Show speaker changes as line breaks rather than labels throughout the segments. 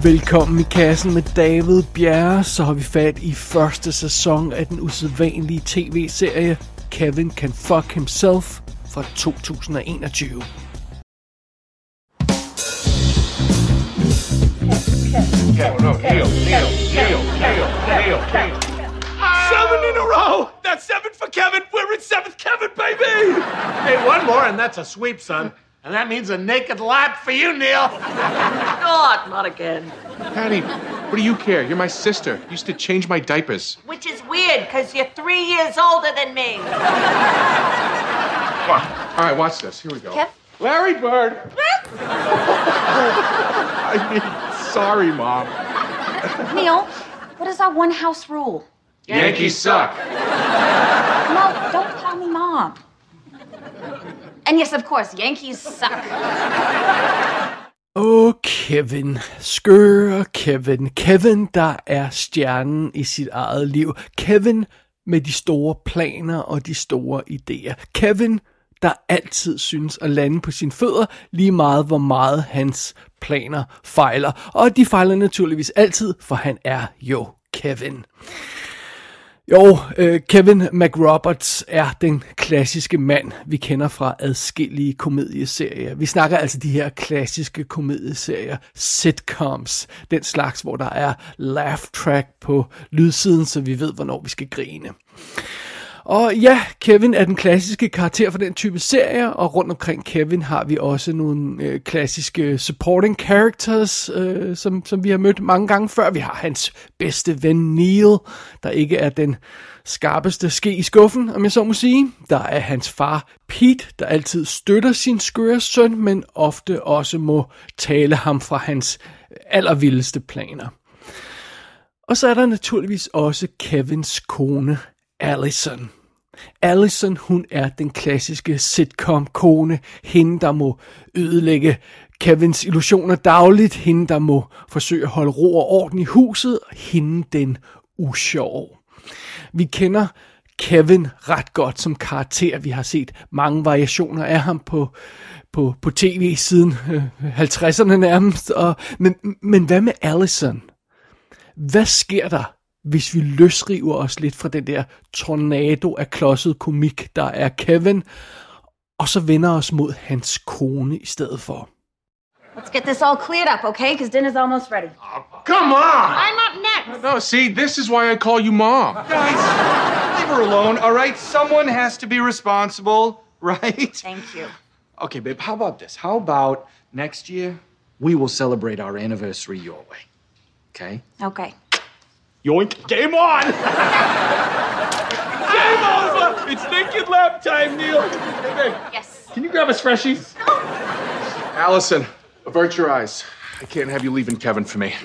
Velkommen i kassen med David Bjerre. Så har vi fat i første sæson af den usædvanlige tv-serie Kevin Can Fuck Himself fra 2021.
Neil.
7 in a row! That's 7 for Kevin! We're in 7th Kevin, baby!
Hey, one more and that's a sweep, son. And that means a naked lap for you, Neil.
God, not again.
Patty, what do you care? You're my sister. You used to change my diapers.
Which is weird, because you're 3 years older than me.
Come on. All right, watch this. Here we go.
Kev?
Larry Bird! I mean, sorry, Mom.
Neil, what is our one house rule?
Yankees suck.
No, don't call me Mom. And yes, of course, Yankees suck.
Kevin. Skøre Kevin. Kevin, der er stjernen i sit eget liv. Kevin med de store planer og de store idéer. Kevin, der altid synes at lande på sine fødder, lige meget hvor meget hans planer fejler. Og de fejler naturligvis altid, for han er jo Kevin. Kevin McRoberts er den klassiske mand, vi kender fra adskillige komedieserier. Vi snakker altså de her klassiske komedieserier, sitcoms, den slags, hvor der er laugh track på lydsiden, så vi ved, hvornår vi skal grine. Og ja, Kevin er den klassiske karakter for den type serier, og rundt omkring Kevin har vi også nogle klassiske supporting characters, som vi har mødt mange gange før. Vi har hans bedste ven Neil, der ikke er den skarpeste ske i skuffen, om jeg så må sige. Der er hans far Pete, der altid støtter sin skøre søn, men ofte også må tale ham fra hans allervildeste planer. Og så er der naturligvis også Kevins kone, Allison. Allison, hun er den klassiske sitcom-kone. Hende, der må ødelægge Kevins illusioner dagligt. Hende, der må forsøge at holde ro og orden i huset. Hende, den usjov. Vi kender Kevin ret godt som karakter. Vi har set mange variationer af ham på tv siden 50'erne nærmest. Men hvad med Allison? Hvad sker der, hvis vi løsriver os lidt fra den der tornado af klodset komik, der er Kevin, og så vender os mod hans kone i stedet for?
Let's get this all cleared up, okay? Because dinner's almost ready.
Come on!
I'm up next.
No, see, this is why I call you Mom.
Guys, leave her alone, all right? Someone has to be responsible, right?
Thank you.
Okay, babe, how about this? How about next year we will celebrate our anniversary your way, okay?
Okay.
Yoink. Game on! Game over! It's naked lap time, Neil. Hey, babe.
Yes.
Can you grab us freshies?
Allison, avert your eyes. I can't have you leaving Kevin for me.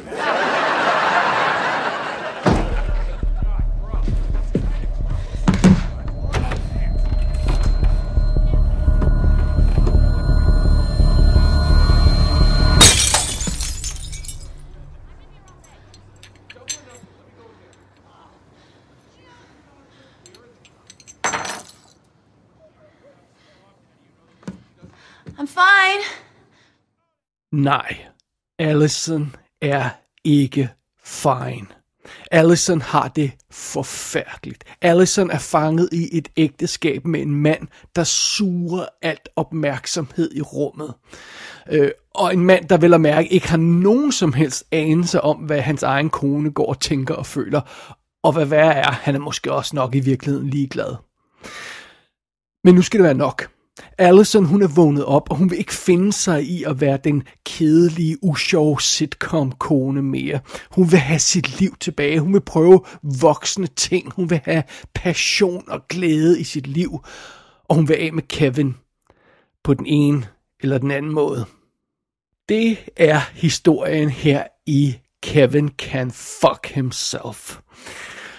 I'm fine.
Nej, Allison er ikke fine. Allison har det forfærdeligt. Allison er fanget i et ægteskab med en mand, der suger alt opmærksomhed i rummet. Og en mand, der vel at mærke ikke har nogen som helst anelse om, hvad hans egen kone går og tænker og føler. Og hvad værre er, han er måske også nok i virkeligheden ligeglad. Men nu skal det være nok. Allison, hun er vågnet op, og hun vil ikke finde sig i at være den kedelige, usjove sitcom-kone mere. Hun vil have sit liv tilbage. Hun vil prøve voksne ting. Hun vil have passion og glæde i sit liv. Og hun vil af med Kevin på den ene eller den anden måde. Det er historien her i Kevin Can Fuck Himself.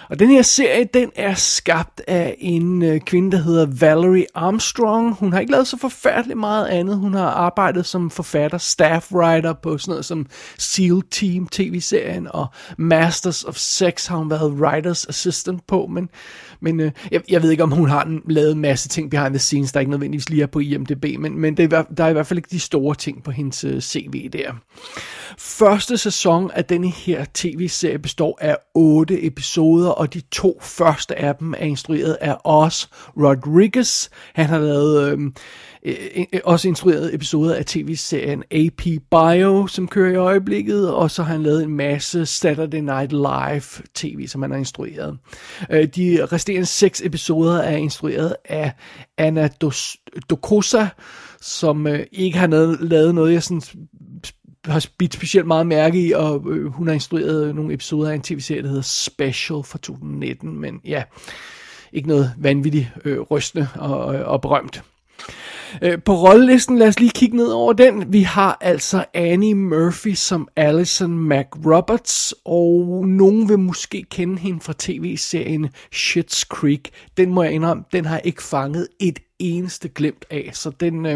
Og den her serie, den er skabt af en kvinde, der hedder Valerie Armstrong. Hun har ikke lavet så forfærdeligt meget andet. Hun har arbejdet som forfatter, staff writer på sådan noget som SEAL Team tv-serien, og Masters of Sex har hun været writers assistant på, men jeg ved ikke, om hun har lavet en masse ting behind the scenes, der ikke nødvendigvis lige er på IMDb, men der er i hvert fald ikke de store ting på hendes CV der. Første sæson af denne her tv-serie består af 8 episoder, og de 2 første af dem er instrueret af Oz Rodriguez. Han har lavet også instrueret episoder af tv-serien AP Bio, som kører i øjeblikket, og så har han lavet en masse Saturday Night Live tv, som han har instrueret. De resterende 6 episoder er instrueret af Anna Dokosa, som ikke har lavet noget, jeg sådan har bidt specielt meget mærke i, og hun har instrueret nogle episoder af en tv-serie, der hedder Special fra 2019, men ja, ikke noget vanvittigt rystende og berømt. På rollelisten, lad os lige kigge ned over den. Vi har altså Annie Murphy som Allison McRoberts, og nogen vil måske kende hende fra tv-serien Schitt's Creek. Den må jeg indrømme, den har jeg ikke fanget et eneste glimt af, så den...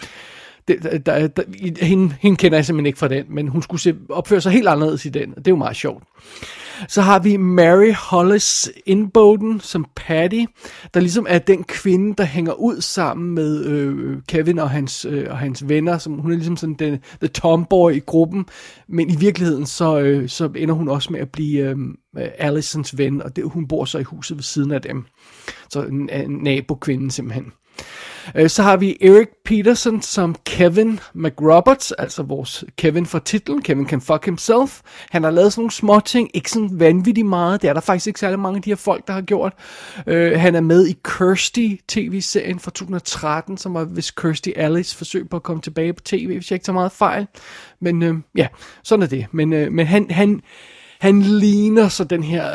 Hende kender jeg simpelthen ikke fra den, men hun skulle opføre sig helt anderledes i den, og det er jo meget sjovt. Så har vi Mary Hollis Inboden som Patty, der ligesom er den kvinde, der hænger ud sammen med Kevin og hans venner. Som, hun er ligesom sådan the tomboy i gruppen, men i virkeligheden så ender hun også med at blive Allisons ven, og hun bor så i huset ved siden af dem. Så en nabokvinde simpelthen. Så har vi Eric Peterson som Kevin McRoberts, altså vores Kevin fra titlen, Kevin Can Fuck Himself. Han har lavet sådan nogle små ting, ikke sådan vanvittigt meget, det er der faktisk ikke særlig mange af de her folk, der har gjort. Han er med i Kirstie tv-serien fra 2013, som var vist Kirstie Alley's forsøg på at komme tilbage på tv, hvis jeg ikke tager meget fejl. Men ja, sådan er det. Men han ligner så den her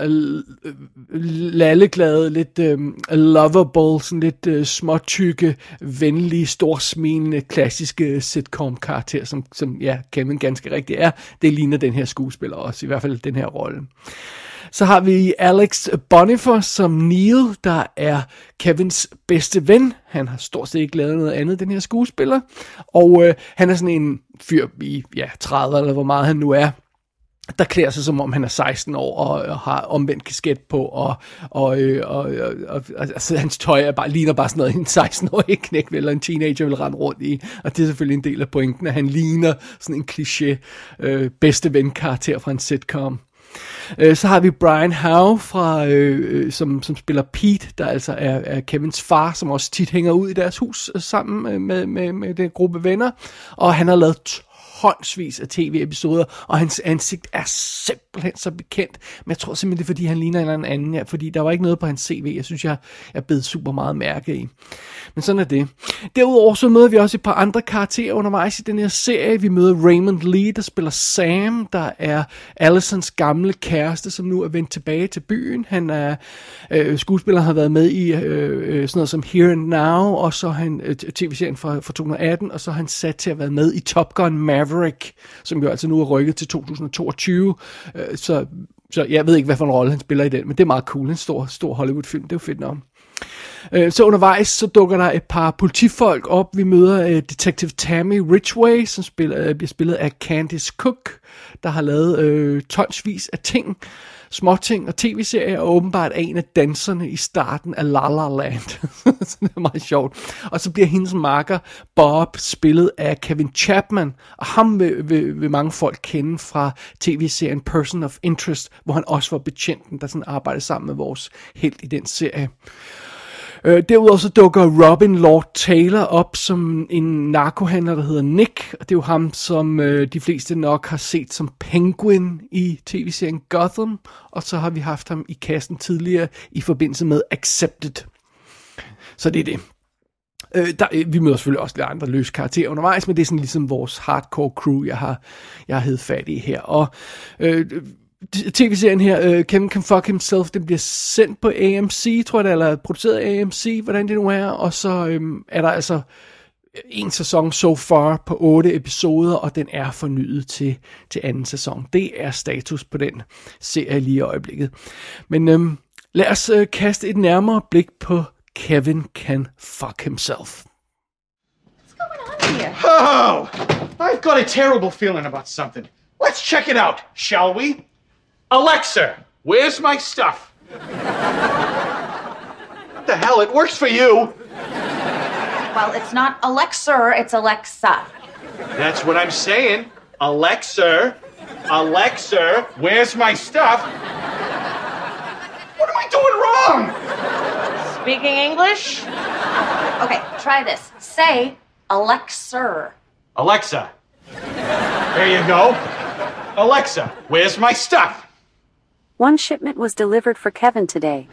lalleglade, lidt lovable, sådan lidt småtykke, venlige, storsmilende, klassiske sitcom-karakter, som ja, Kevin ganske rigtigt er. Det ligner den her skuespiller også, i hvert fald den her rolle. Så har vi Alex Bonifer som Neil, der er Kevins bedste ven. Han har stort set ikke lavet noget andet, den her skuespiller. Og han er sådan en fyr i 30 eller hvor meget han nu er, der klæder sig som om han er 16 år og har omvendt kasket på, og altså, hans tøj ligner bare sådan noget, en 16-årig knæk eller en teenager vil rende rundt i, og det er selvfølgelig en del af pointen, at han ligner sådan en kliché bedste ven-karakter fra en sitcom. Så har vi Brian Howe som spiller Pete, der altså er Kevins far, som også tit hænger ud i deres hus sammen med den gruppe venner, og han har lavet håndsvis af tv-episoder, og hans ansigt er simpelthen så bekendt, men jeg tror simpelthen, det er, fordi han ligner en eller anden, fordi der var ikke noget på hans CV, jeg synes, jeg bed super meget mærke i. Men sådan er det. Derudover så møder vi også et par andre karakterer undervejs i den her serie. Vi møder Raymond Lee, der spiller Sam, der er Allisons gamle kæreste, som nu er vendt tilbage til byen. Han er skuespiller, har været med i sådan noget som Here and Now, og så han tv-serien fra 2018, og så har han sat til at være med i Top Gun Maverick, som jo altså nu er rykket til 2022. Så jeg ved ikke, hvad for en rolle han spiller i den, men det er meget cool. En stor Hollywood-film, det er jo fedt nok. Så undervejs så dukker der et par politifolk op. Vi møder Detective Tammy Ridgway, som bliver spillet af Candice Cook, der har lavet tonsvis af ting, småting og tv-serier, og åbenbart er en af danserne i starten af La La Land. Så det er meget sjovt. Og så bliver hendes makker Bob spillet af Kevin Chapman, og ham vil mange folk kende fra tv-serien Person of Interest, hvor han også var betjenten, der sådan arbejdede sammen med vores helt i den serie. Derudover så dukker Robin Lord Taylor op som en narkohandler, der hedder Nick, og det er jo ham, som de fleste nok har set som Penguin i tv-serien Gotham, og så har vi haft ham i kassen tidligere i forbindelse med Accepted. Så det er det. Vi møder selvfølgelig også lidt andre løse karakterer undervejs, men det er sådan ligesom vores hardcore crew, jeg har hed fat i her. Og tv-serien her, Kevin Can Fuck Himself, den bliver sendt på AMC, tror jeg det, eller produceret af AMC, hvordan det nu er, og så er der altså en sæson so far på 8 episoder, og den er fornyet til anden sæson. Det er status på den serie lige i øjeblikket. Men Lad os kaste et nærmere blik på Kevin Can Fuck Himself.
What's going on here?
Oh, I've got a terrible feeling about something. Let's check it out, shall we? Alexa, where's my stuff? What the hell? It works for you.
Well, it's not Alexa, it's Alexa.
That's what I'm saying. Alexa, where's my stuff? What am I doing wrong?
Speaking English?
Okay, try this. Say Alexa.
Alexa. There you go. Alexa, where's my stuff?
One shipment was delivered for Kevin today.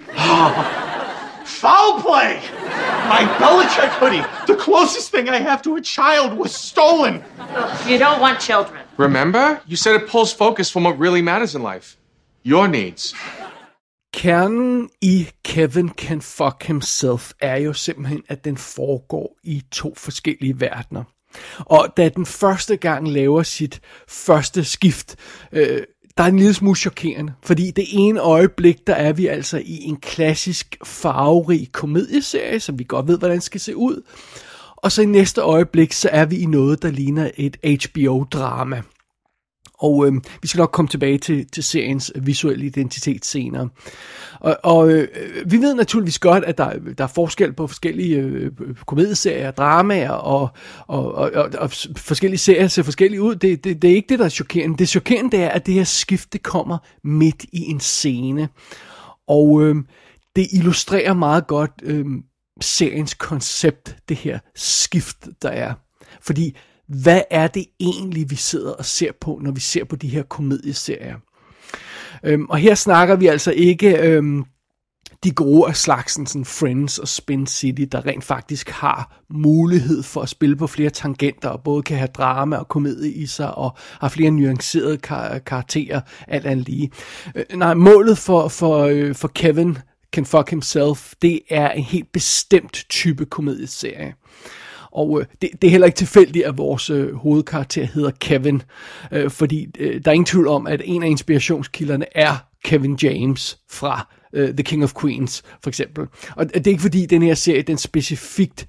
Foul play! My Belichick hoodie, the closest thing I have to a child, was stolen.
You don't want children.
Remember? You said it pulls focus from what really matters in life. Your needs.
Kernen i Kevin Can Fuck Himself er jo simpelthen, at den foregår i 2 forskellige verdener. Og da den første gang laver sit første skift, der er en lille smule chokerende, fordi det ene øjeblik, der er vi altså i en klassisk farverig komedieserie, som vi godt ved, hvordan skal se ud. Og så i næste øjeblik, så er vi i noget, der ligner et HBO-drama. Og vi skal nok komme tilbage til seriens visuelle identitet senere. Og vi ved naturligvis godt, at der er forskel på forskellige komedieserier, dramaer, og forskellige serier ser forskellige ud. Det er ikke det, der er chokerende. Det chokerende er, at det her skift, det kommer midt i en scene. Og det illustrerer meget godt seriens koncept, det her skift, der er. Fordi hvad er det egentlig, vi sidder og ser på, når vi ser på de her komedieserier? Og her snakker vi altså ikke de gode af slagsen, sådan Friends og Spin City, der rent faktisk har mulighed for at spille på flere tangenter, og både kan have drama og komedie i sig, og har flere nuancerede karakterer, alt andet lige. Nej, målet for Kevin Can Fuck Himself, det er en helt bestemt type komedieserie. Og det er heller ikke tilfældigt, at vores hovedkarakter hedder Kevin, fordi der er ingen tvivl om, at en af inspirationskilderne er Kevin James fra The King of Queens, for eksempel. Og det er ikke fordi, den her serie, den specifikt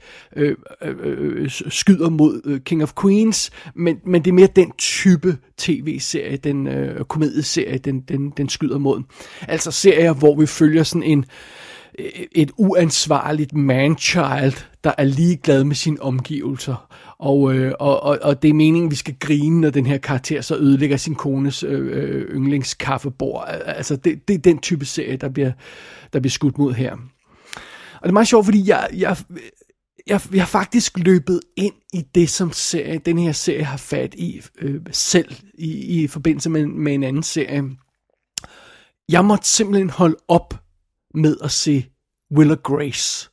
skyder mod King of Queens, men det er mere den type tv-serie, den komedieserie, den skyder mod. Altså serier, hvor vi følger sådan et uansvarligt man-child, der er ligeglad med sine omgivelser. Og det er meningen, vi skal grine, når den her karakter så ødelægger sin kones yndlingskaffebord. Altså, det er den type serie, der bliver skudt mod her. Og det er meget sjovt, fordi jeg har faktisk løbet ind i det, som den her serie har fat i selv i forbindelse med en anden serie. Jeg måtte simpelthen holde op med at se Will og Grace.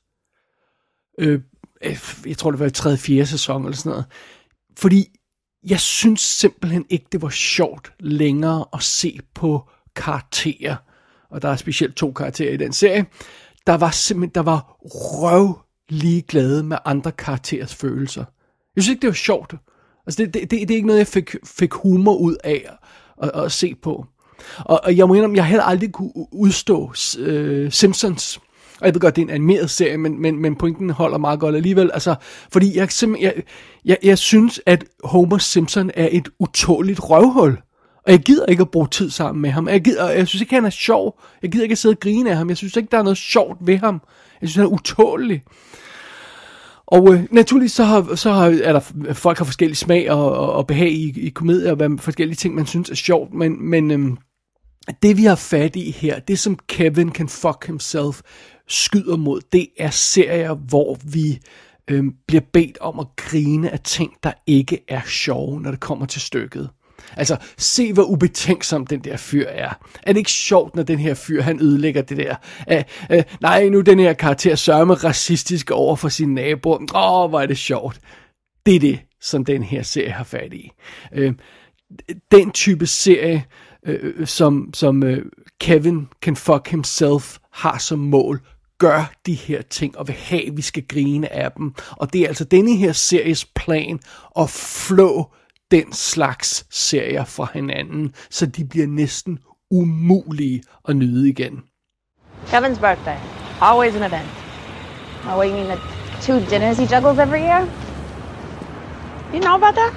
Jeg tror, det var i 3. 4. sæson eller sådan noget. Fordi jeg synes simpelthen ikke, det var sjovt længere at se på karakterer. Og der er specielt 2 karakterer i den serie. Der var røv ligeglade med andre karakterers følelser. Jeg synes ikke, det var sjovt. Altså, det er ikke noget, jeg fik humor ud af at se på. Og jeg må indrømme, jeg heller aldrig kunne udstå Simpsons. Og jeg ved godt, det er en animeret serie, men pointen holder meget godt alligevel. Altså, fordi jeg synes, at Homer Simpson er et utåligt røvhul. Og jeg gider ikke at bruge tid sammen med ham. Jeg synes ikke, han er sjov. Jeg gider ikke at sidde og grine af ham. Jeg synes ikke, der er noget sjovt ved ham. Jeg synes, han er utålig. Og naturligvis så er der folk har forskellige smag og behag i komedier, og hvad forskellige ting, man synes er sjovt, men det vi har fat i her, det som Kevin Can Fuck Himself skyder mod, det er serier, hvor vi bliver bedt om at grine af ting, der ikke er sjove, når det kommer til stykket. Altså, se hvor ubetænksom den der fyr er. Er det ikke sjovt, når den her fyr, han ødelægger det der? Nej, nu den her karakter sørme racistisk over for sine naboer. Hvor er det sjovt. Det er det, som den her serie har fat i. Den type serie, som Kevin Can Fuck Himself har som mål, gør de her ting, og vil have, at vi skal grine af dem. Og det er altså denne her series plan at flå den slags serier fra hinanden, så de bliver næsten umulige at nyde igen.
Kevin's birthday. Always an event.
Oh, what, you mean the 2 dinners he juggles every year?
You know about that?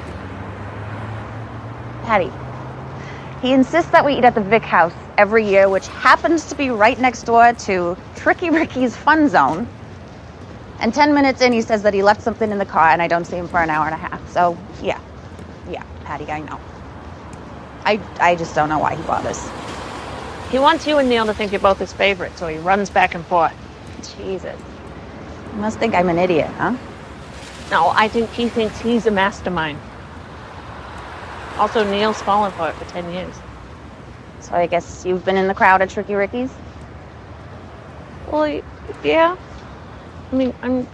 Patty, he insists that we eat at the Vic House every year, which happens to be right next door to Tricky Ricky's Fun Zone. And 10 minutes in, he says that he left something in the car, and I don't see him for an hour and a half. So, yeah, Patty, I know. I just don't know why he bothers.
He wants you and Neil to think you're both his favorites, so he runs back and forth.
Jesus. You must think I'm an idiot, huh?
No, I think he thinks he's a mastermind. Also, Neil's fallen for it for 10 years.
So I guess you've been in the crowd at Tricky Ricky's?
Well, yeah. I mean, I'm,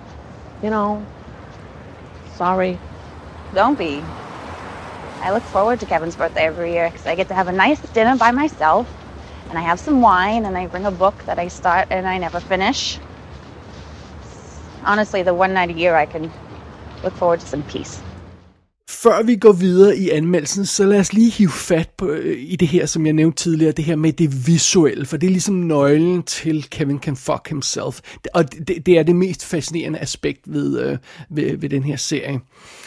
sorry.
Don't be. I look forward to Kevin's birthday every year because I get to have a nice dinner by myself, and I have some wine, and I bring a book that I start and I never finish. Honestly, the one night a year I can look forward to some peace.
Før vi går videre i anmeldelsen, så lad os lige hive fat på, i det her, som jeg nævnte tidligere, det her med det visuelle, for det er ligesom nøglen til Kevin Can Fuck Himself, og det er det mest fascinerende aspekt ved den her serie.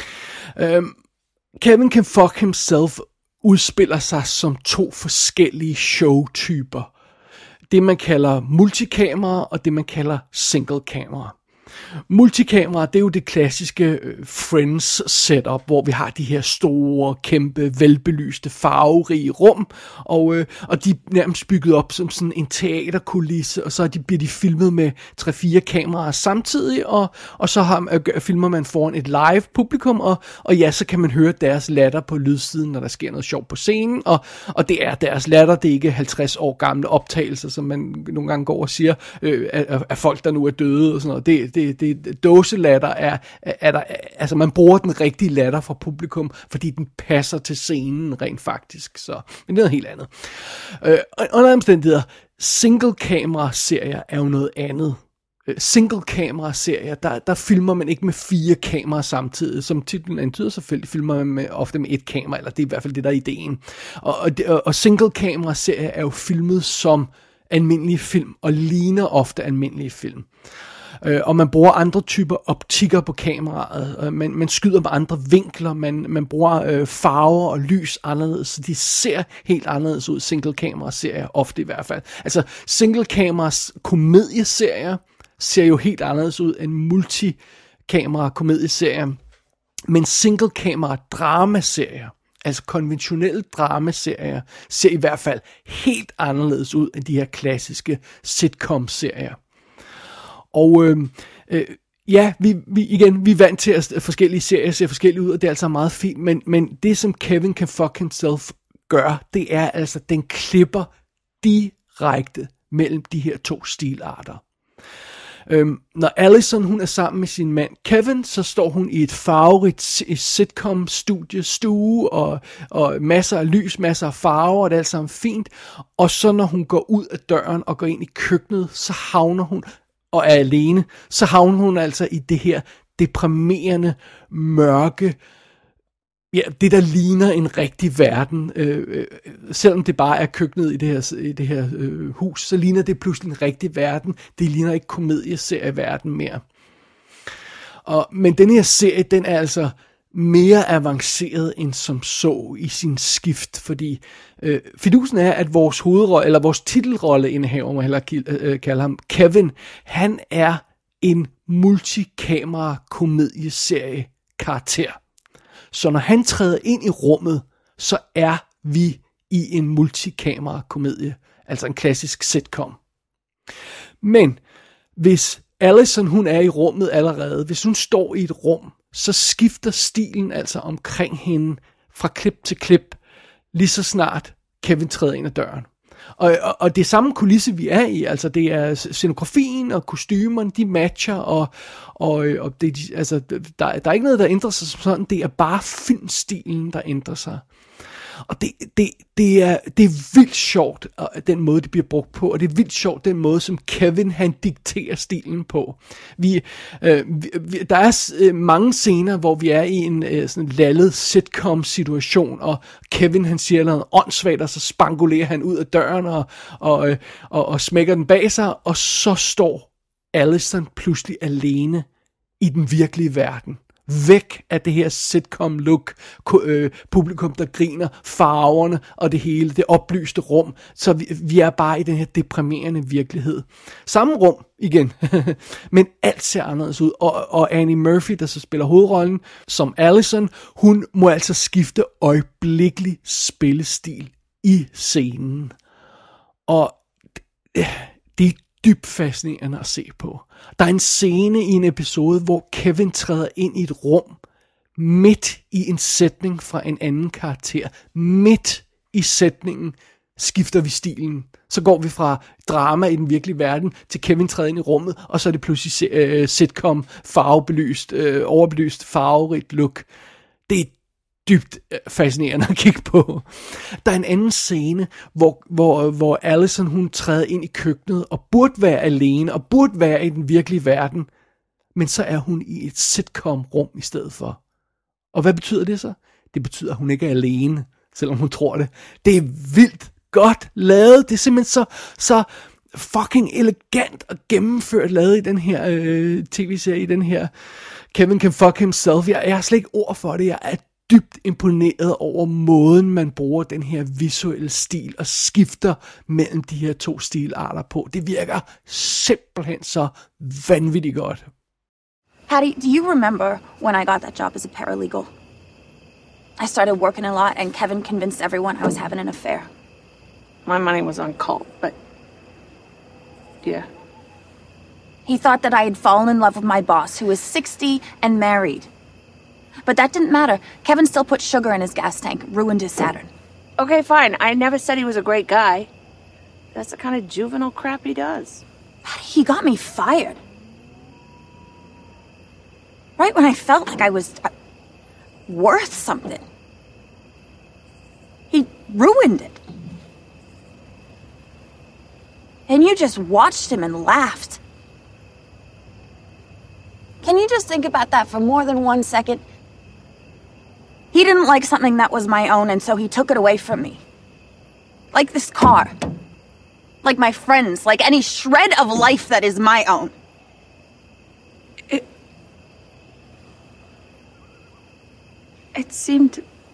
Kevin Can Fuck Himself udspiller sig som 2 forskellige showtyper. Det man kalder multikamera og det man kalder single kamera. Multikamera, det er jo det klassiske Friends setup, hvor vi har de her store, kæmpe, velbelyste, farverige rum, og de er nærmest bygget op som sådan en teaterkulisse, og så bliver de filmet med 3-4 kameraer samtidig, og så filmer man foran et live publikum, og ja, så kan man høre deres latter på lydsiden, når der sker noget sjovt på scenen, og det er deres latter, det er ikke 50 år gamle optagelser, som man nogle gange går og siger, af folk, der nu er døde og sådan noget. Det dåselatter er der, altså man bruger den rigtige latter fra publikum, fordi den passer til scenen rent faktisk, så, men det er noget helt andet. Under omstændigheder, single-kamera-serier er jo noget andet. Single-kamera-serier, der filmer man ikke med 4 kameraer samtidig, som titlen antyder, selvfølgelig filmer man ofte med 1 kamera, eller det er i hvert fald det, der er ideen. Og single-kamera-serier er jo filmet som almindelige film, og ligner ofte almindelige film. Og man bruger andre typer optikker på kameraet, man skyder med andre vinkler, man bruger farver og lys anderledes, så de ser helt anderledes ud, single-kamera-serier, ofte i hvert fald. Altså single-kameras komedieserier ser jo helt anderledes ud end multikamera-komedieserier, men single-kamera-dramaserier, altså konventionelle dramaserier, ser i hvert fald helt anderledes ud end de her klassiske sitcom-serier. Og ja, vi er vant til, at forskellige serier ser forskellige ud, og det er altså meget fint, men det som Kevin Can Fuck Himself gør, det er altså, den klipper direkte mellem de her 2 stilarter. Når Allison hun er sammen med sin mand Kevin, så står hun i et farverigt sitcom-stue og masser af lys, masser af farver, og det er alt sammen fint. Og så når hun går ud af døren og går ind i køkkenet, så havner hun, og er alene, så havner hun altså i det her deprimerende, mørke, ja, det der ligner en rigtig verden. Selvom det bare er køkkenet i det her hus, så ligner det pludselig en rigtig verden. Det ligner ikke komedieserieverden mere. Men den her serie, den er altså mere avanceret end som så i sin skift, fordi fidusen er, at vores hovedrolle, eller vores titelrolleindehaver, må jeg hellere kalde ham, Kevin, han er en multikamera komedieserie karakter. Så når han træder ind i rummet, så er vi i en multikamera komedie, altså en klassisk sitcom. Men hvis Allison hun er i rummet allerede, hvis hun står i et rum, så skifter stilen altså omkring hende fra klip til klip, lige så snart Kevin træder ind ad døren. Og det er samme kulisse, vi er i, altså det er scenografien og kostymerne, de matcher, og det, altså, der er ikke noget, der ændrer sig som sådan, det er bare filmstilen, der ændrer sig. Og det er vildt sjovt, den måde, det bliver brugt på, og det er vildt sjovt, den måde, som Kevin, han dikterer stilen på. Der er mange scener, hvor vi er i en sådan lallet sitcom-situation, og Kevin, han siger noget åndssvagt, og så spangulerer han ud af døren, og smækker den bag sig, og så står Allison pludselig alene i den virkelige verden. Væk af det her sitcom-look, publikum, der griner, farverne og det hele, det oplyste rum. Så vi er bare i den her deprimerende virkelighed. Samme rum igen, men alt ser anderledes ud. Og Annie Murphy, der så spiller hovedrollen som Allison, hun må altså skifte øjeblikkelig spillestil i scenen. Og det er dybt fascinerende at se på. Der er en scene i en episode, hvor Kevin træder ind i et rum, midt i en sætning fra en anden karakter. Midt i sætningen skifter vi stilen. Så går vi fra drama i den virkelige verden, til Kevin træder ind i rummet, og så er det pludselig sitcom, farvebelyst, overbelyst, farverigt look. Det er dybt fascinerende at kigge på. Der er en anden scene, hvor Allison, hun træder ind i køkkenet og burde være alene og burde være i den virkelige verden, men så er hun i et sitcom-rum i stedet for. Og hvad betyder det så? Det betyder, at hun ikke er alene, selvom hun tror det. Det er vildt godt lavet. Det er simpelthen så fucking elegant og gennemført lavet i den her tv-serie, i den her Kevin Can Fuck Himself. Jeg har slet ikke ord for det. Jeg er dybt imponeret over måden, man bruger den her visuelle stil og skifter mellem de her to stilarter på. Det virker simpelthen så vanvittigt godt.
Patty, do you remember when I got that job as a paralegal? I started working a lot, and Kevin convinced everyone I was having an affair.
My money was on cult, but yeah.
He thought that I had fallen in love with my boss, who was 60 and married. But that didn't matter. Kevin still put sugar in his gas tank, ruined his Saturn.
Okay, fine. I never said he was a great guy. That's the kind of juvenile crap he does.
He got me fired. Right when I felt like I was worth something. He ruined it. And you just watched him and laughed. Can you just think about that for more than 1 second? He didn't like something that was my own, and so he took it away from me. Like this car. Like my friends. Like any shred of life that is my own.
It seemed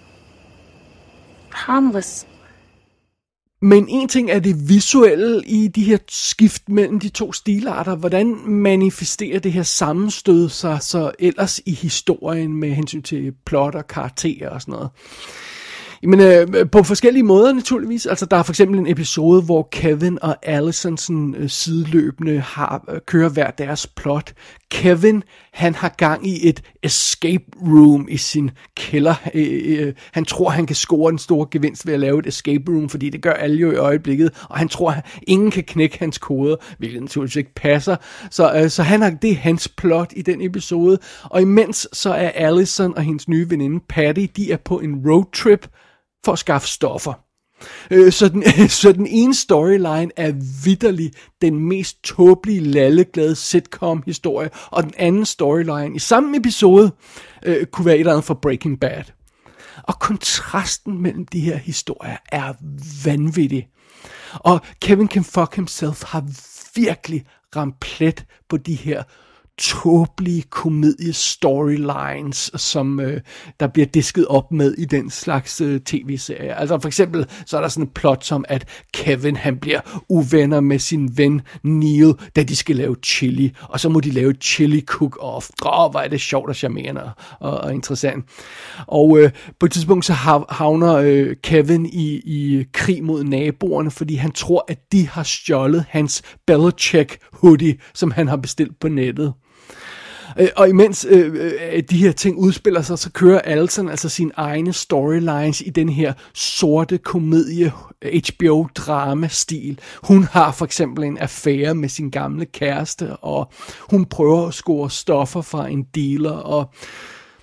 harmless.
Men en ting er det visuelle i de her skift mellem de to stilarter. Hvordan manifesterer det her sammenstød sig så ellers i historien med hensyn til plot og karakterer og sådan noget? Men på forskellige måder naturligvis. Altså der er for eksempel en episode, hvor Kevin og Allison sideløbende kører hver deres plot. Kevin, han har gang i et escape room i sin kælder. Han tror, han kan score en stor gevinst ved at lave et escape room, fordi det gør alle jo i øjeblikket, og han tror, at ingen kan knække hans koder, hvilket naturligvis ikke passer. Så det er hans plot i den episode. Og imens så er Allison og hendes nye veninde Patty, de er på en roadtrip for at skaffe stoffer. Så den ene storyline er vitterlig den mest tåbelige, lalleglade sitcom-historie, og den anden storyline i samme episode kunne være et eller andet fra Breaking Bad. Og kontrasten mellem de her historier er vanvittig. Og Kevin Can Fuck Himself har virkelig ramt plet på de her tåbelige komedie-storylines, som der bliver disket op med i den slags tv-serie. Altså for eksempel, så er der sådan et plot som, at Kevin, han bliver uvenner med sin ven Neil, da de skal lave chili, og så må de lave chili cook-off. Hvor er det sjovt og charmerende og interessant. Og på et tidspunkt så havner Kevin i krig mod naboerne, fordi han tror, at de har stjålet hans Belichick hoodie, som han har bestilt på nettet. Og imens de her ting udspiller sig, så kører Allison altså sine egne storylines i den her sorte komedie HBO-drama-stil. Hun har for eksempel en affære med sin gamle kæreste, og hun prøver at score stoffer fra en dealer,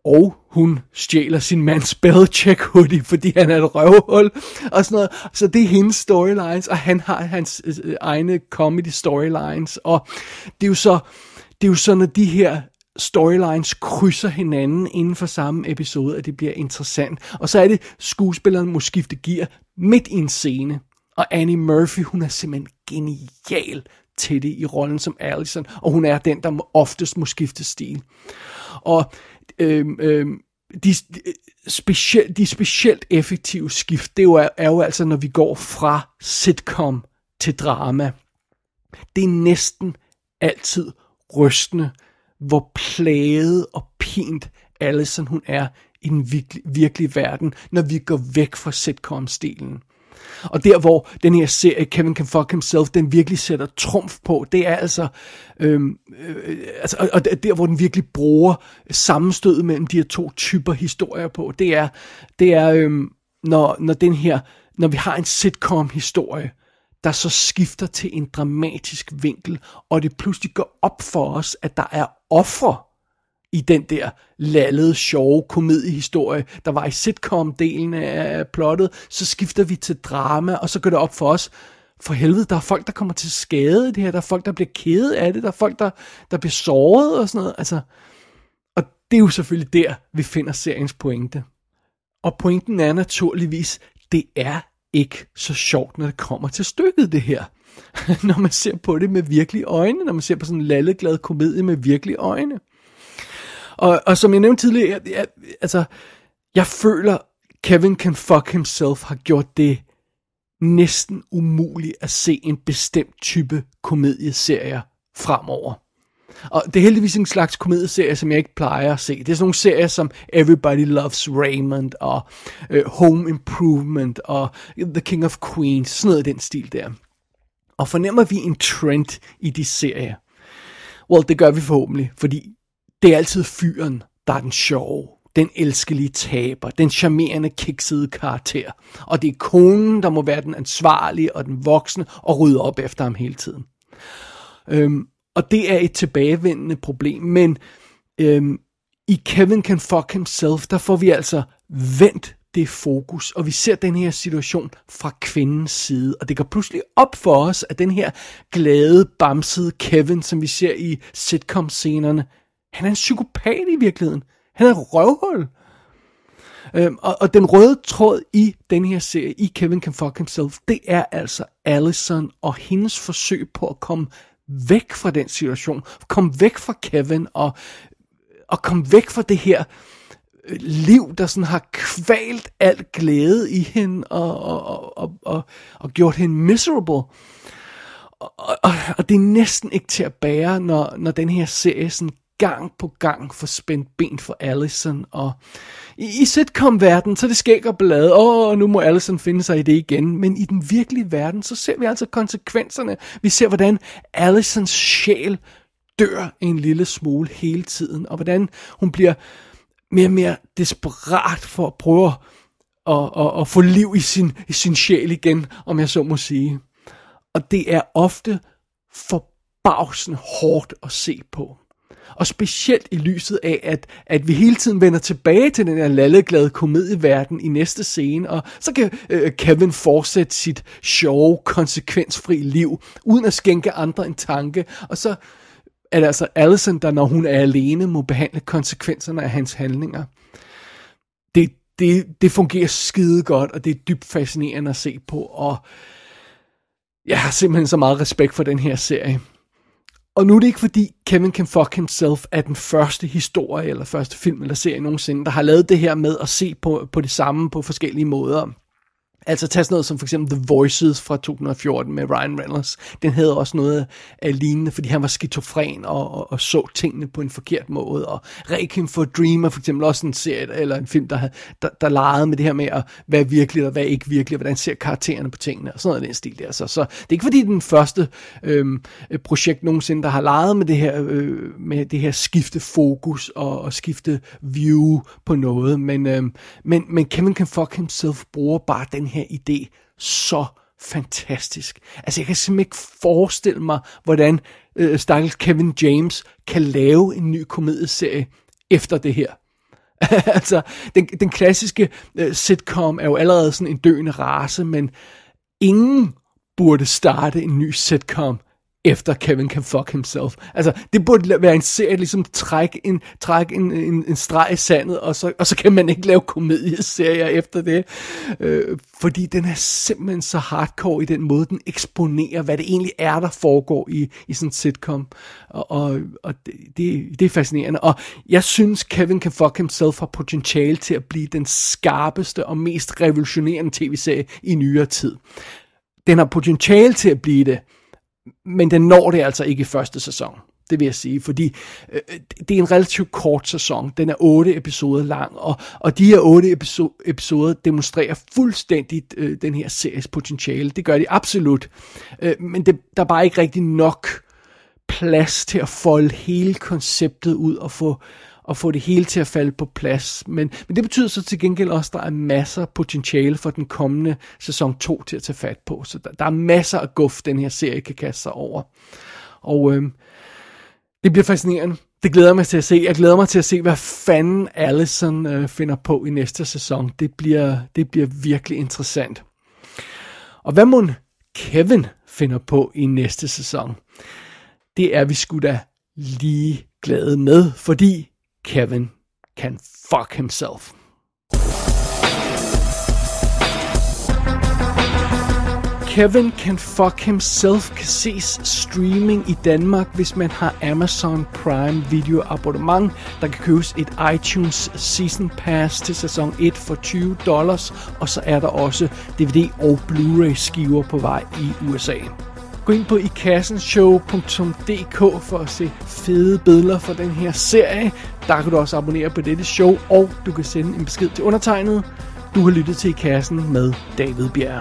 Og hun stjæler sin mands spellcheck hoodie, fordi han er et røvhul, og sådan noget. Så det er hendes storylines, og han har hans egne comedy storylines, og det er jo så, når de her storylines krydser hinanden inden for samme episode, at det bliver interessant. Og så er det, skuespilleren må skifte gear midt i en scene. Og Annie Murphy, hun er simpelthen genial til det i rollen som Allison, og hun er den, der oftest må skifte stil. Og de specielt effektive skift, det er jo altså, når vi går fra sitcom til drama. Det er næsten altid rystende, hvor plaget og pint Allison hun er i den virkelige verden, når vi går væk fra sitcom-stilen. Og der hvor den her serie Kevin Can Fuck Himself, den virkelig sætter trumf på, det er altså, og der hvor den virkelig bruger sammenstødet mellem de her to typer historier på, det er når vi har en sitcom historie, der så skifter til en dramatisk vinkel, og det pludselig går op for os, at der er ofre i den der lallede, sjove komediehistorie, der var i sitcom-delen af plottet, så skifter vi til drama, og så går det op for os, for helvede, der er folk, der kommer til skade i det her, der er folk, der bliver kede af det, der er folk, der bliver såret og sådan noget, altså, og det er jo selvfølgelig der, vi finder seriens pointe. Og pointen er naturligvis, det er ikke så sjovt, når det kommer til stykket, det her. Når man ser på det med virkelige øjne, når man ser på sådan en lalleglad komedie med virkelige øjne. Og som jeg nævnte tidligere, jeg føler, Kevin Can Fuck Himself har gjort det næsten umuligt at se en bestemt type komedieserier fremover. Og det er heldigvis en slags komedieserie, som jeg ikke plejer at se. Det er sådan nogle serier som Everybody Loves Raymond og Home Improvement og The King of Queens, sådan noget i den stil der. Og fornemmer vi en trend i de serier? Well, det gør vi forhåbentlig, fordi det er altid fyren, der er den sjove, den elskelige taber, den charmerende, kiksede karakter. Og det er konen, der må være den ansvarlige og den voksne og rydde op efter ham hele tiden. Og det er et tilbagevendende problem, men i Kevin Can Fuck Himself, der får vi altså vendt det fokus, og vi ser den her situation fra kvindens side, og det går pludselig op for os, at den her glade, bamsede Kevin, som vi ser i sitcom-scenerne, han er en psykopat i virkeligheden. Han er et røvhul. Og den røde tråd i den her serie, i Kevin Can Fuck Himself, det er altså Allison og hendes forsøg på at komme væk fra den situation, komme væk fra Kevin, og komme væk fra det her liv, der sådan har kvalt alt glæde i hende, og gjort hende miserable. Og det er næsten ikke til at bære, når den her serie sådan gang på gang får spændt ben for Allison, og i sitcom-verden, så det skæg og blade, nu må Allison finde sig i det igen, men i den virkelige verden, så ser vi altså konsekvenserne. Vi ser, hvordan Allisons sjæl dør en lille smule hele tiden, og hvordan hun bliver mere og mere desperat for at prøve at få liv i sin sjæl igen, om jeg så må sige. Og det er ofte forbavsende hårdt at se på. Og specielt i lyset af, at vi hele tiden vender tilbage til den her lalleglade komedieverden i næste scene, og så kan Kevin fortsætte sit sjove, konsekvensfri liv, uden at skænke andre en tanke, og så er det altså Allison, der når hun er alene, må behandle konsekvenserne af hans handlinger. Det fungerer skide godt, og det er dybt fascinerende at se på, og jeg har simpelthen så meget respekt for den her serie. Og nu er det ikke fordi Kevin Can Fuck Himself er den første historie, eller første film eller serie nogensinde, der har lavet det her med at se på det samme på forskellige måder. Altså tag sådan noget som for eksempel The Voices fra 2014 med Ryan Reynolds. Den havde også noget af lignende, fordi han var skizofren og så tingene på en forkert måde. Og Requiem for a Dream er for eksempel også en serie eller en film, der legede med det her med at være virkelig og hvad ikke virkelig, og hvordan ser karaktererne på tingene og sådan noget af den stil der. Så det er ikke fordi den første projekt nogensinde, der har leget med det her skifte fokus og skifte view på noget. Men Kevin Can Fuck Himself bruger bare den her idé så fantastisk. Altså jeg kan simpelthen ikke forestille mig, hvordan stakkels Kevin James kan lave en ny komedieserie efter det her. Altså, den klassiske sitcom er jo allerede sådan en døende race, men ingen burde starte en ny sitcom efter Kevin Can Fuck Himself. Altså, det burde være en serie, ligesom trække en streg i sandet, og så kan man ikke lave komedieserier efter det. Fordi den er simpelthen så hardcore i den måde, den eksponerer, hvad det egentlig er, der foregår i sådan en sitcom. Og det er fascinerende. Og jeg synes, Kevin Can Fuck Himself har potentiale til at blive den skarpeste og mest revolutionerende tv-serie i nyere tid. Den har potentiale til at blive det, men den når det altså ikke i første sæson. Det vil jeg sige, fordi det er en relativt kort sæson. Den er 8 episoder lang, og de her 8 episoder demonstrerer fuldstændigt den her series potentiale. Det gør de absolut. Men der er bare ikke rigtig nok plads til at folde hele konceptet ud og få det hele til at falde på plads. Men det betyder så til gengæld også, at der er masser af potentiale for den kommende sæson 2 til at tage fat på. Så der er masser af guf, den her serie kan kaste sig over. Og det bliver fascinerende. Det glæder jeg mig til at se. Jeg glæder mig til at se, hvad fanden Allison finder på i næste sæson. Det bliver virkelig interessant. Og hvad mon Kevin finder på i næste sæson? Det er vi sgu da lige glade med, fordi Kevin can fuck himself. Kevin Can Fuck Himself kan ses streaming i Danmark, hvis man har Amazon Prime Video abonnement. Der kan købes et iTunes Season Pass til sæson 1 for $20, og så er der også DVD og Blu-ray skiver på vej i USA. Gå ind på ikassenshow.dk for at se fede billeder fra den her serie. Der kan du også abonnere på dette show, og du kan sende en besked til undertegnet. Du har lyttet til I Kassen med David Bjerg.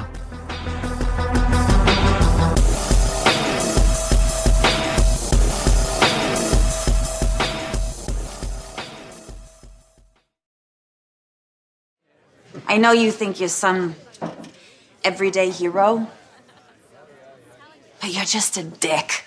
I know you think you're some everyday hero, but you're just a dick.